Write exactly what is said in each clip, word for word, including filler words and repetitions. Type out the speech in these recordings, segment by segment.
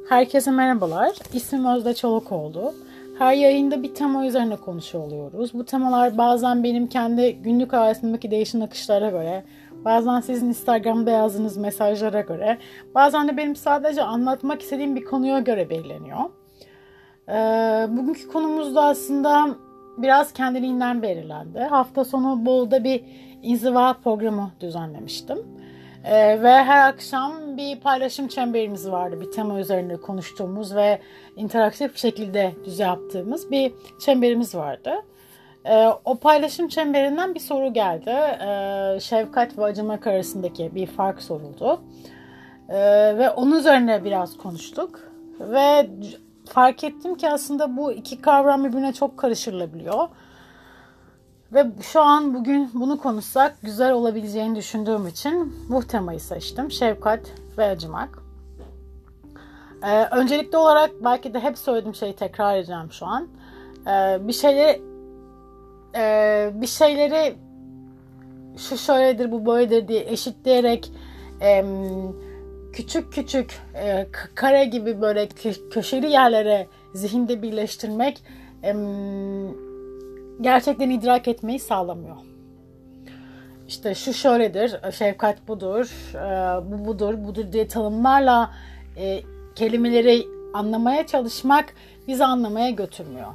Herkese merhabalar. İsmim Özde Çolakoğlu. Her yayında bir tema üzerine konuşuyor oluyoruz. Bu temalar bazen benim kendi günlük hayatımdaki değişen akışlara göre, bazen sizin Instagram'da yazdığınız mesajlara göre, bazen de benim sadece anlatmak istediğim bir konuya göre belirleniyor. Ee, bugünkü konumuz da aslında biraz kendiliğinden belirlendi. Hafta sonu Bolu'da bir inziva programı düzenlemiştim. Ee, ve her akşam bir paylaşım çemberimiz vardı. Bir tema üzerinde konuştuğumuz ve interaktif bir şekilde düz yaptığımız bir çemberimiz vardı. Ee, o paylaşım çemberinden bir soru geldi. Ee, şefkat ve acımak arasındaki bir fark soruldu. Ee, ve onun üzerine biraz konuştuk. Ve fark ettim ki aslında bu iki kavram birbirine çok karıştırılabiliyor. Ve şu an bugün bunu konuşsak güzel olabileceğini düşündüğüm için bu temayı seçtim. Şefkat ve acımak. Ee, öncelikli olarak belki de hep söylediğim şeyi tekrar edeceğim şu an. Ee, bir şeyleri e, bir şeyleri şu şöyledir, bu böyledir diye eşitleyerek e, küçük küçük e, kare gibi böyle köşeli yerlere zihinde birleştirmek e, gerçekten idrak etmeyi sağlamıyor. İşte şu şöyledir, şefkat budur, bu budur, budur diye tanımlarla e, kelimeleri anlamaya çalışmak bizi anlamaya götürmüyor.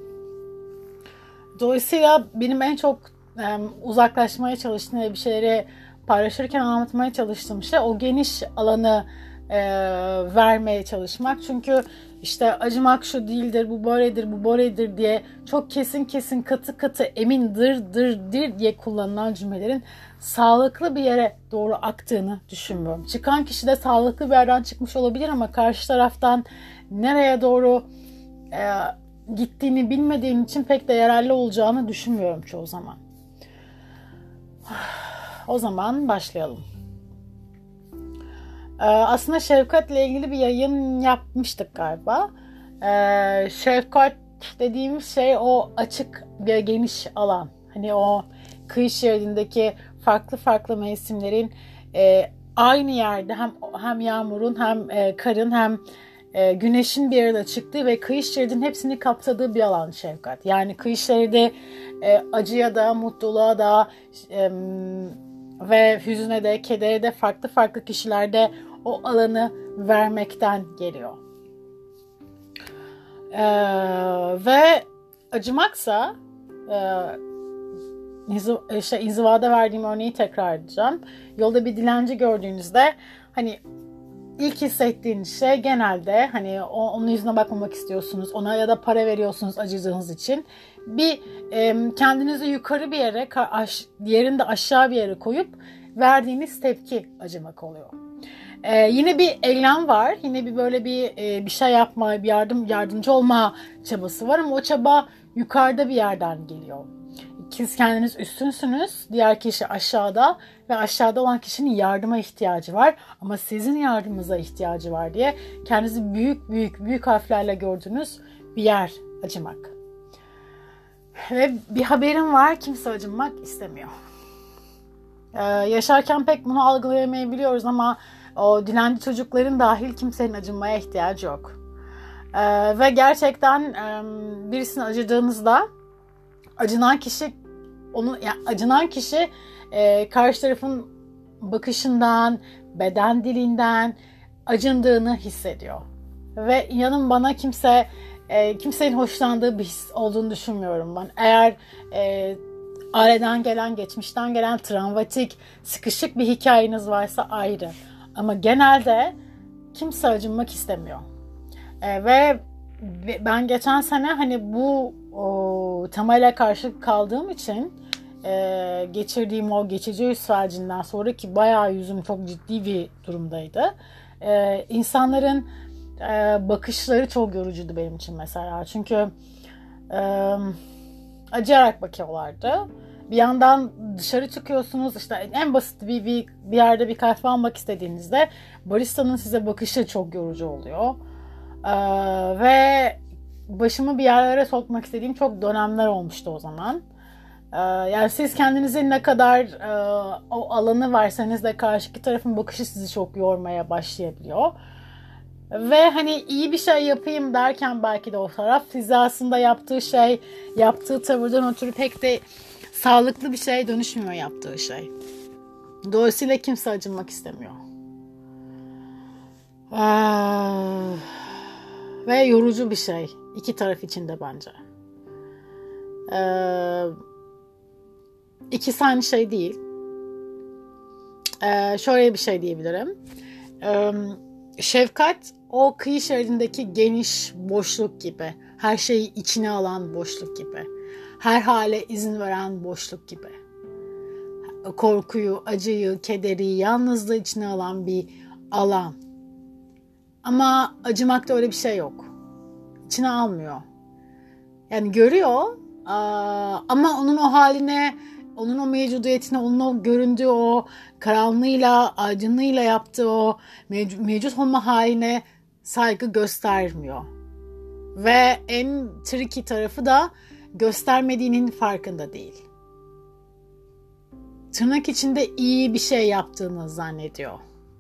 Dolayısıyla benim en çok e, uzaklaşmaya çalıştığım ve bir şeyleri paylaşırken anlatmaya çalıştığım şey o geniş alanı e, vermeye çalışmak. Çünkü işte acımak şu değildir, bu böyledir, bu böyledir diye çok kesin kesin katı katı emindir, dır, dir diye kullanılan cümlelerin sağlıklı bir yere doğru aktığını düşünmüyorum. Çıkan kişi de sağlıklı bir yerden çıkmış olabilir ama karşı taraftan nereye doğru e, gittiğini bilmediğim için pek de yararlı olacağını düşünmüyorum çoğu zaman. O zaman başlayalım. Ee, aslında şefkatle ilgili bir yayın yapmıştık galiba. Ee, şefkat dediğimiz şey o açık bir geniş alan. Hani o kıyı şeridindeki farklı farklı mevsimlerin e, aynı yerde hem hem yağmurun hem e, karın hem e, güneşin bir arada çıktığı ve kıyı şeridinin hepsini kapsadığı bir alan şefkat. Yani kıyı şeridi e, acıya da mutluluğa da e, ve hüzüne de, kedere de farklı farklı kişilerde o alanı vermekten geliyor. Ee, ve acımaksa e, işte inzivada verdiğim örneği tekrar edeceğim. Yolda bir dilenci gördüğünüzde hani ilk hissettiğiniz şey genelde hani onun yüzüne bakmamak istiyorsunuz. Ona ya da para veriyorsunuz acıdığınız için. Bir e, kendinizi yukarı bir yere, diğerini de aşağı bir yere koyup verdiğiniz tepki acımak oluyor. Ee, yine bir eylem var. Yine bir böyle bir e, bir şey yapma, bir yardım yardımcı olma çabası var ama o çaba yukarıda bir yerden geliyor. Siz kendiniz üstünsünüz, diğer kişi aşağıda ve aşağıda olan kişinin yardıma ihtiyacı var ama sizin yardımınıza ihtiyacı var diye kendinizi büyük büyük büyük harflerle gördüğünüz bir yer acımak. Ve bir haberim var, kimse acınmak istemiyor. Ee, yaşarken pek bunu algılayamayabiliyoruz ama o dilenci çocukların dahil kimsenin acınmaya ihtiyacı yok. Ee, ve gerçekten e, birisine acıdığınızda acınan kişi onun yani acınan kişi e, karşı tarafın bakışından, beden dilinden acındığını hissediyor. Ve inanın bana kimse e, kimsenin hoşlandığı bir his olduğunu düşünmüyorum ben. Eğer e, aileden gelen, geçmişten gelen travmatik, sıkışık bir hikayeniz varsa ayrı. Ama genelde kimse acınmak istemiyor. E, ve ben geçen sene hani bu o, temayla karşı kaldığım için e, geçirdiğim o geçici yüz felcinden sonraki bayağı yüzüm çok ciddi bir durumdaydı. E, insanların e, bakışları çok yorucuydu benim için mesela. Çünkü e, acıyarak bakıyorlardı. Bir yandan dışarı çıkıyorsunuz işte en basit bir, bir, bir yerde bir kahve almak istediğinizde baristanın size bakışı çok yorucu oluyor. Ee, ve başımı bir yerlere sokmak istediğim çok dönemler olmuştu o zaman. Ee, yani siz kendinizi ne kadar e, o alanı verseniz de karşıki tarafın bakışı sizi çok yormaya başlayabiliyor. Ve hani iyi bir şey yapayım derken belki de o taraf size aslında yaptığı şey, yaptığı tavırdan ötürü pek de sağlıklı bir şeye dönüşmüyor yaptığı şey. Dolayısıyla kimse acınmak istemiyor. Ee, ve yorucu bir şey. İki taraf için de bence. Ee, ikisi aynı şey değil. Ee, şöyle bir şey diyebilirim. Ee, şefkat o kıyı şeridindeki geniş boşluk gibi. Her şeyi içine alan boşluk gibi. Her hale izin veren boşluk gibi. Korkuyu, acıyı, kederi, yalnızlığı içine alan bir alan. Ama acımakta öyle bir şey yok. İçine almıyor. Yani görüyor ama onun o haline, onun o mevcudiyetine, onun o göründüğü o karanlığıyla, aydınlığıyla yaptığı o mevcut olma haline saygı göstermiyor. Ve en tricky tarafı da göstermediğinin farkında değil. Tırnak içinde iyi bir şey yaptığını zannediyor.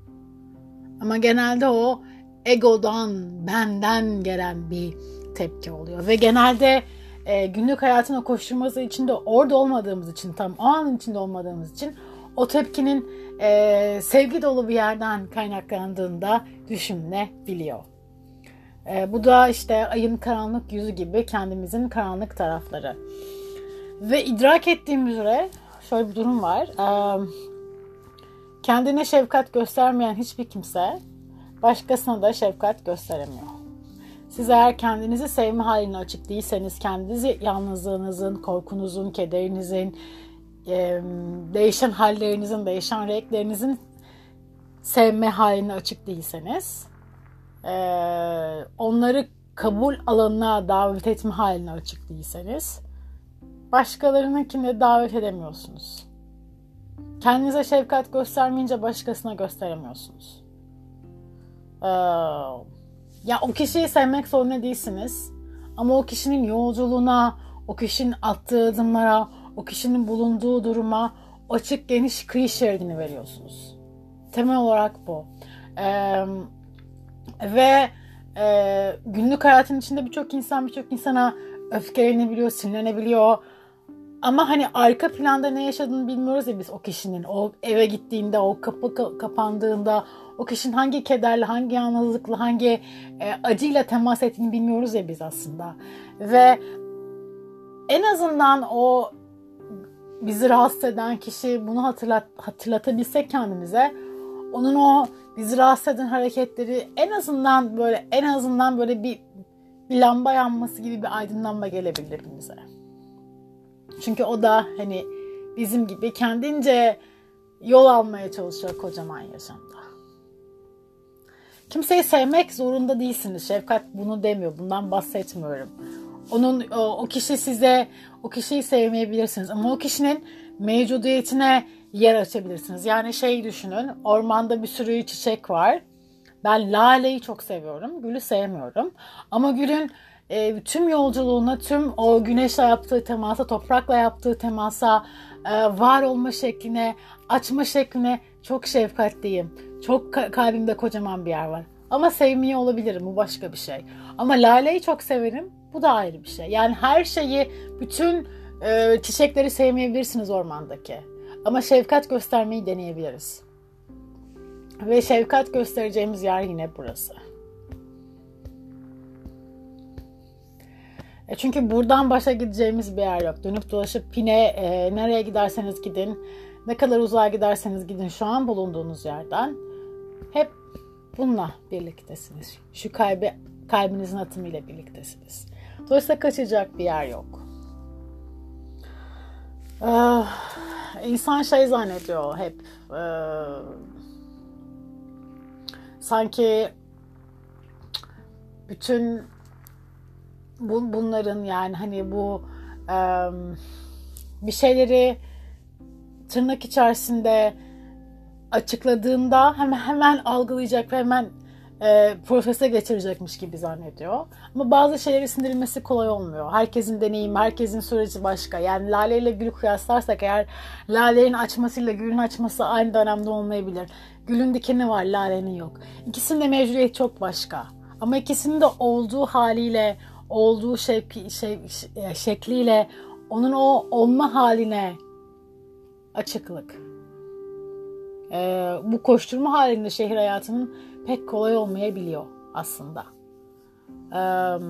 Ama genelde o egodan, benden gelen bir tepki oluyor. Ve genelde e, günlük hayatına koşturması için de orada olmadığımız için, tam o anın içinde olmadığımız için o tepkinin e, sevgi dolu bir yerden kaynaklandığında düşünülebiliyor. E, bu da işte ayın karanlık yüzü gibi kendimizin karanlık tarafları. Ve idrak ettiğim üzere şöyle bir durum var. E, kendine şefkat göstermeyen hiçbir kimse başkasına da şefkat gösteremiyor. Siz eğer kendinizi sevme haline açık değilseniz, kendinizi yalnızlığınızın, korkunuzun, kederinizin, e, değişen hallerinizin, değişen renklerinizin sevme haline açık değilseniz, e, onları kabul alanına davet etme haline açık değilseniz, başkalarınınkini davet edemiyorsunuz. Kendinize şefkat göstermeyince başkasına gösteremiyorsunuz. Ee, ya o kişiyi sevmek zorunda değilsiniz. Ama o kişinin yolculuğuna, o kişinin attığı adımlara, o kişinin bulunduğu duruma açık geniş kıyı şeridini veriyorsunuz. Temel olarak bu. Ee, ve e, günlük hayatın içinde birçok insan birçok insana öfkelenebiliyor, sinirlenebiliyor. Ama hani arka planda ne yaşadığını bilmiyoruz ya biz o kişinin. O eve gittiğinde, o kapı kapandığında, o kişinin hangi kederle, hangi yalnızlıkla, hangi e, acıyla temas ettiğini bilmiyoruz ya biz aslında. Ve en azından o bizi rahatsız eden kişi bunu hatırlat, hatırlatabilsek kendimize, onun o bizi rahatsız eden hareketleri en azından böyle en azından böyle bir, bir lamba yanması gibi bir aydınlanma gelebilir hepimize. Çünkü o da hani bizim gibi kendince yol almaya çalışıyor kocaman yaşamda. Kimseyi sevmek zorunda değilsiniz. Şefkat bunu demiyor. Bundan bahsetmiyorum. Onun o, o kişi size o kişiyi sevmeyebilirsiniz ama o kişinin mevcudiyetine yer açabilirsiniz. Yani şey düşünün. Ormanda bir sürü çiçek var. Ben laleyi çok seviyorum. Gülü sevmiyorum. Ama gülün E, tüm yolculuğuna, tüm o güneşle yaptığı temasa, toprakla yaptığı temasa, e, var olma şekline, açma şekline çok şefkatliyim. Çok ka- kalbimde kocaman bir yer var. Ama sevmiyor olabilirim. Bu başka bir şey. Ama laleyi çok severim. Bu da ayrı bir şey. Yani her şeyi, bütün e, çiçekleri sevmeyebilirsiniz ormandaki. Ama şefkat göstermeyi deneyebiliriz. Ve şefkat göstereceğimiz yer yine burası. Çünkü buradan başa gideceğimiz bir yer yok. Dönüp dolaşıp yine e, nereye giderseniz gidin, ne kadar uzağa giderseniz gidin şu an bulunduğunuz yerden hep bununla birliktesiniz. Şu kalbi, kalbinizin atımıyla birliktesiniz. Dolayısıyla kaçacak bir yer yok. Ee, insan şey zannediyor hep e, sanki bütün bunların yani hani bu e, bir şeyleri tırnak içerisinde açıkladığında hemen hemen algılayacak ve hemen e, prosese geçirecekmiş gibi zannediyor. Ama bazı şeyleri sindirilmesi kolay olmuyor. Herkesin deneyimi, herkesin süreci başka. Yani Lale ile Gül'ü kıyaslarsak eğer Lale'nin açmasıyla Gül'ün açması aynı dönemde olmayabilir. Gül'ün dikeni var, Lale'nin yok. İkisinin de mevcudiyeti çok başka. Ama ikisinin de olduğu haliyle, olduğu şek- şey, şekliyle onun o olma haline açıklık. Ee, bu koşturma halinde şehir hayatının pek kolay olmayabiliyor aslında. Ee,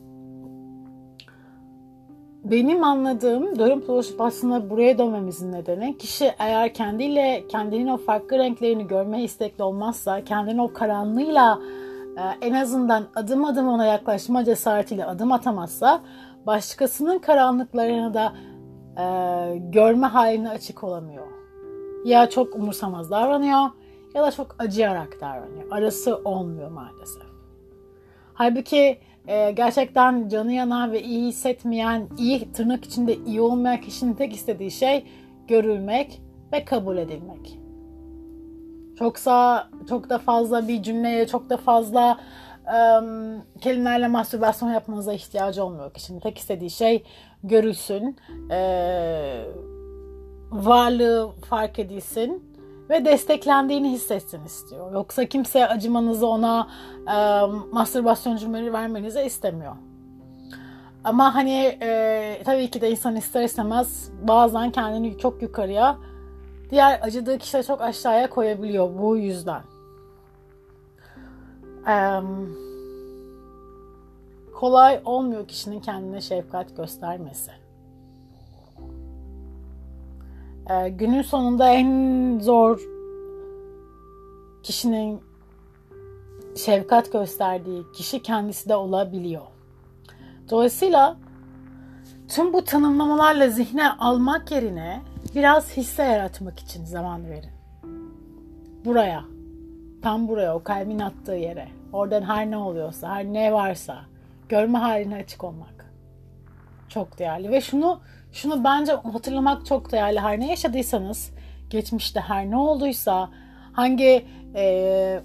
benim anladığım dönüp dolaşıp aslında buraya dönmemizin nedeni, kişi eğer kendiyle kendinin o farklı renklerini görmeye istekli olmazsa, kendini o karanlığıyla e, en azından adım adım ona yaklaşma cesaretiyle adım atamazsa, başkasının karanlıklarını da e, görme haline açık olamıyor. Ya çok umursamaz davranıyor ya da çok acıyarak davranıyor. Arası olmuyor maalesef. Halbuki e, gerçekten canı yanan ve iyi hissetmeyen, iyi tırnak içinde iyi olmayan kişinin tek istediği şey görülmek ve kabul edilmek. Çoksa çok da fazla bir cümleye, çok da fazla e, kelimelerle mastürbasyon yapmanıza ihtiyacı olmuyor kişinin. Tek istediği şey görülsün, e, varlığı fark edilsin ve desteklendiğini hissetsin istiyor. Yoksa kimseye acımanızı, ona e, mastürbasyon cümleleri vermenizi istemiyor. Ama hani e, tabii ki de insan ister istemez bazen kendini çok yukarıya, diğer acıdığı kişileri çok aşağıya koyabiliyor bu yüzden. E, kolay olmuyor kişinin kendine şefkat göstermesi. Ee, günün sonunda en zor kişinin şefkat gösterdiği kişi kendisi de olabiliyor. Dolayısıyla tüm bu tanımlamalarla zihne almak yerine biraz hisse yaratmak için zaman verin. Buraya, tam buraya, o kalbin attığı yere, oradan her ne oluyorsa, her ne varsa görme haline açık olmak çok değerli. Ve şunu Şunu bence hatırlamak çok değerli. Her ne yaşadıysanız, geçmişte her ne olduysa, hangi e,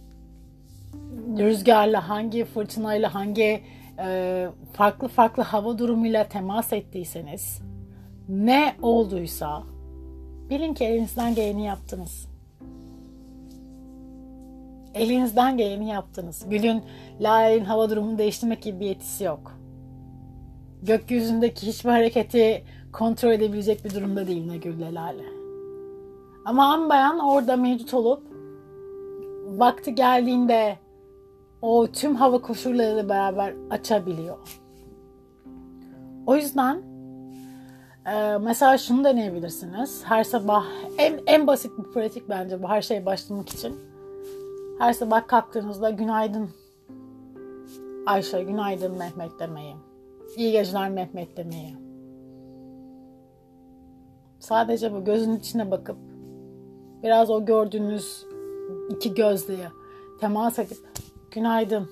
rüzgarla, hangi fırtınayla, hangi e, farklı farklı hava durumuyla temas ettiyseniz, ne olduysa bilin ki elinizden geleni yaptınız. Elinizden geleni yaptınız. Gül'ün, Lale'nin hava durumunu değiştirmek gibi bir yetisi yok. Gökyüzündeki hiçbir hareketi kontrol edebilecek bir durumda değil ne Gül'le Lale. Ama anbayan orada mevcut olup vakti geldiğinde o tüm hava koşullarıyla beraber açabiliyor. O yüzden e, mesela şunu deneyebilirsiniz. Her sabah en, en basit bir pratik bence bu her şeye başlamak için. Her sabah kalktığınızda günaydın Ayşe, günaydın Mehmet demeyi. İyi geceler Mehmet demeyi. Sadece bu gözün içine bakıp biraz o gördüğünüz iki gözlüğe temas edip günaydın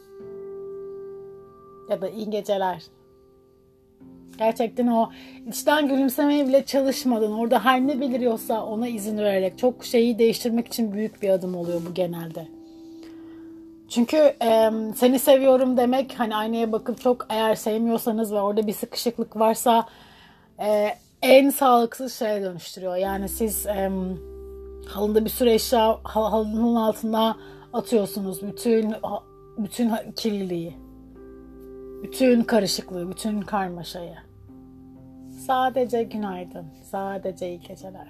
ya da iyi geceler. Gerçekten o içten gülümsemeye bile çalışmadan orada her ne beliriyorsa ona izin vererek çok şeyi değiştirmek için büyük bir adım oluyor bu genelde. Çünkü e, seni seviyorum demek hani aynaya bakıp çok eğer sevmiyorsanız ve orada bir sıkışıklık varsa e, en sağlıksız şeye dönüştürüyor. Yani siz e, halında bir sürü eşya halının altına atıyorsunuz bütün bütün kirliliği, bütün karışıklığı, bütün karmaşayı. Sadece günaydın, sadece iyi geceler.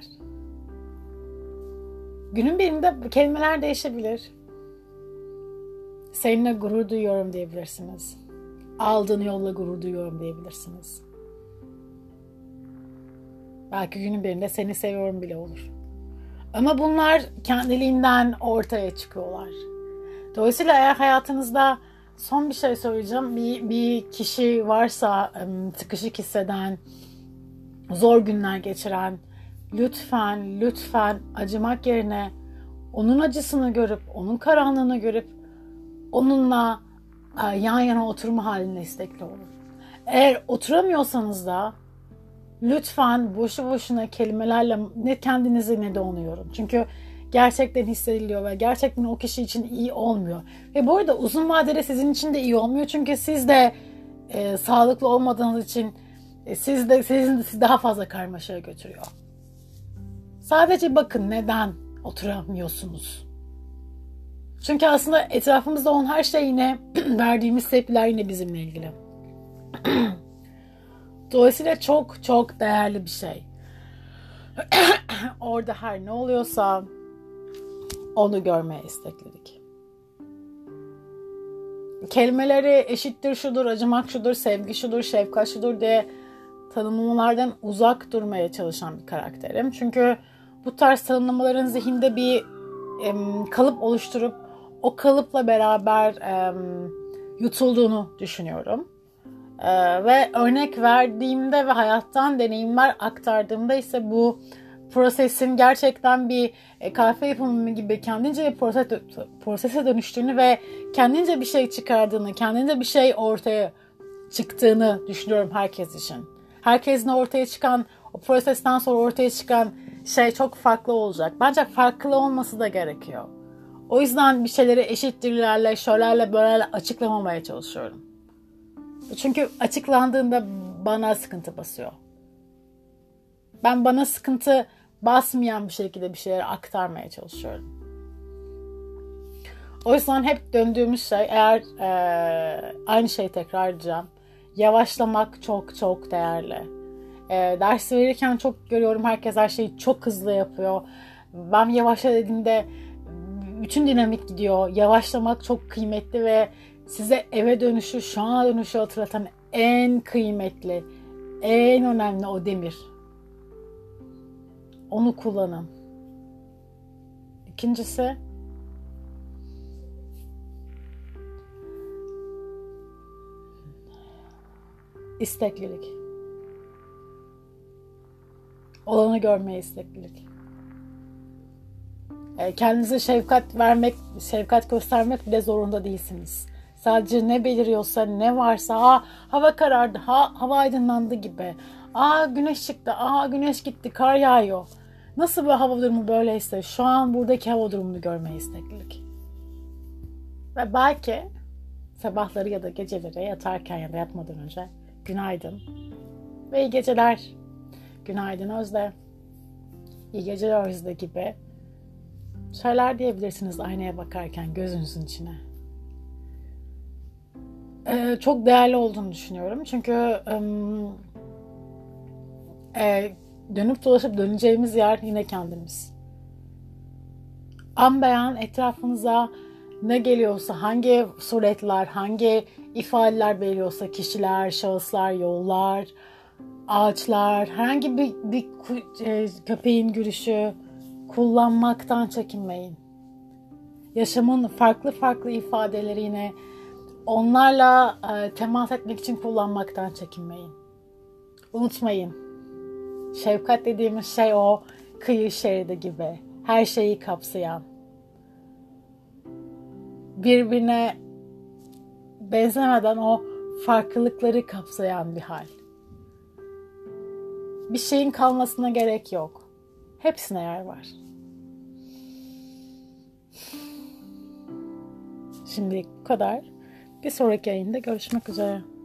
Günün birinde kelimeler değişebilir. Seninle gurur duyuyorum diyebilirsiniz. Aldığın yolla gurur duyuyorum diyebilirsiniz. Belki günün birinde seni seviyorum bile olur. Ama bunlar kendiliğinden ortaya çıkıyorlar. Dolayısıyla eğer hayatınızda son bir şey söyleyeceğim. Bir, bir kişi varsa sıkışık hisseden, zor günler geçiren, lütfen, lütfen acımak yerine onun acısını görüp, onun karanlığını görüp onunla yan yana oturma halinde istekli olun. Eğer oturamıyorsanız da lütfen boşu boşuna kelimelerle ne kendinizi ne de onu yorun. Çünkü gerçekten hissediliyor ve gerçekten o kişi için iyi olmuyor. Ve bu arada uzun vadede sizin için de iyi olmuyor. Çünkü siz de e, sağlıklı olmadığınız için e, siz de sizin de sizi daha fazla karmaşaya götürüyor. Sadece bakın neden oturamıyorsunuz. Çünkü aslında etrafımızda olan her şey yine verdiğimiz tepkiler yine bizimle ilgili. Dolayısıyla çok çok değerli bir şey. Orada her ne oluyorsa onu görmeye isteklilik. Kelimeleri eşittir şudur, acımak şudur, sevgi şudur, şefkat şudur diye tanımlamalardan uzak durmaya çalışan bir karakterim. Çünkü bu tarz tanımlamaların zihinde bir em, kalıp oluşturup o kalıpla beraber em, yutulduğunu düşünüyorum. Ee, ve örnek verdiğimde ve hayattan deneyimler aktardığımda ise bu prosesin gerçekten bir e, kahve yapımı gibi kendince bir proses, prosese dönüştüğünü ve kendince bir şey çıkardığını, kendince bir şey ortaya çıktığını düşünüyorum herkes için. Herkesin ortaya çıkan, o prosesten sonra ortaya çıkan şey çok farklı olacak. Bence farklı olması da gerekiyor. O yüzden bir şeyleri eşittirlerle, şöylelerle, böylelerle açıklamamaya çalışıyorum. Çünkü açıklandığında bana sıkıntı basıyor. Ben bana sıkıntı basmayan bir şekilde bir şeyleri aktarmaya çalışıyorum. O yüzden hep döndüğümüz şey, eğer e, aynı şeyi tekrar edeceğim. Yavaşlamak çok çok değerli. E, ders verirken çok görüyorum, herkes her şeyi çok hızlı yapıyor. Ben yavaşla dediğimde bütün dinamik gidiyor. Yavaşlamak çok kıymetli ve size eve dönüşü, şu ana dönüşü hatırlatan en kıymetli, en önemli o demir. Onu kullanın. İkincisi, isteklilik. Olanı görmeye isteklilik. Kendinize şefkat vermek, şefkat göstermek bile zorunda değilsiniz. Sadece ne beliriyorsa, ne varsa, aa hava karardı, ha, hava aydınlandı gibi. Aa güneş çıktı, aa güneş gitti, kar yağıyor. Nasıl bir hava durumu böyleyse şu an buradaki hava durumunu görmeye isteklilik. Ve belki sabahları ya da geceleri yatarken ya da yatmadan önce günaydın ve iyi geceler. Günaydın Özde. İyi geceler Özde gibi şeyler diyebilirsiniz aynaya bakarken gözünüzün içine. Ee, çok değerli olduğunu düşünüyorum. Çünkü e, dönüp dolaşıp döneceğimiz yer yine kendimiz. An beyan etrafınıza ne geliyorsa, hangi suretler, hangi ifadeler beliriyorsa, kişiler, şahıslar, yollar, ağaçlar, herhangi bir, bir köpeğin gülüşü kullanmaktan çekinmeyin. Yaşamın farklı farklı ifadelerini onlarla e, temas etmek için kullanmaktan çekinmeyin. Unutmayın. Şefkat dediğimiz şey o kıyı şeridi gibi. Her şeyi kapsayan. Birbirine benzemeden o farklılıkları kapsayan bir hal. Bir şeyin kalmasına gerek yok. Hepsine yer var. Şimdilik bu kadar. Bir sonraki yayında görüşmek üzere.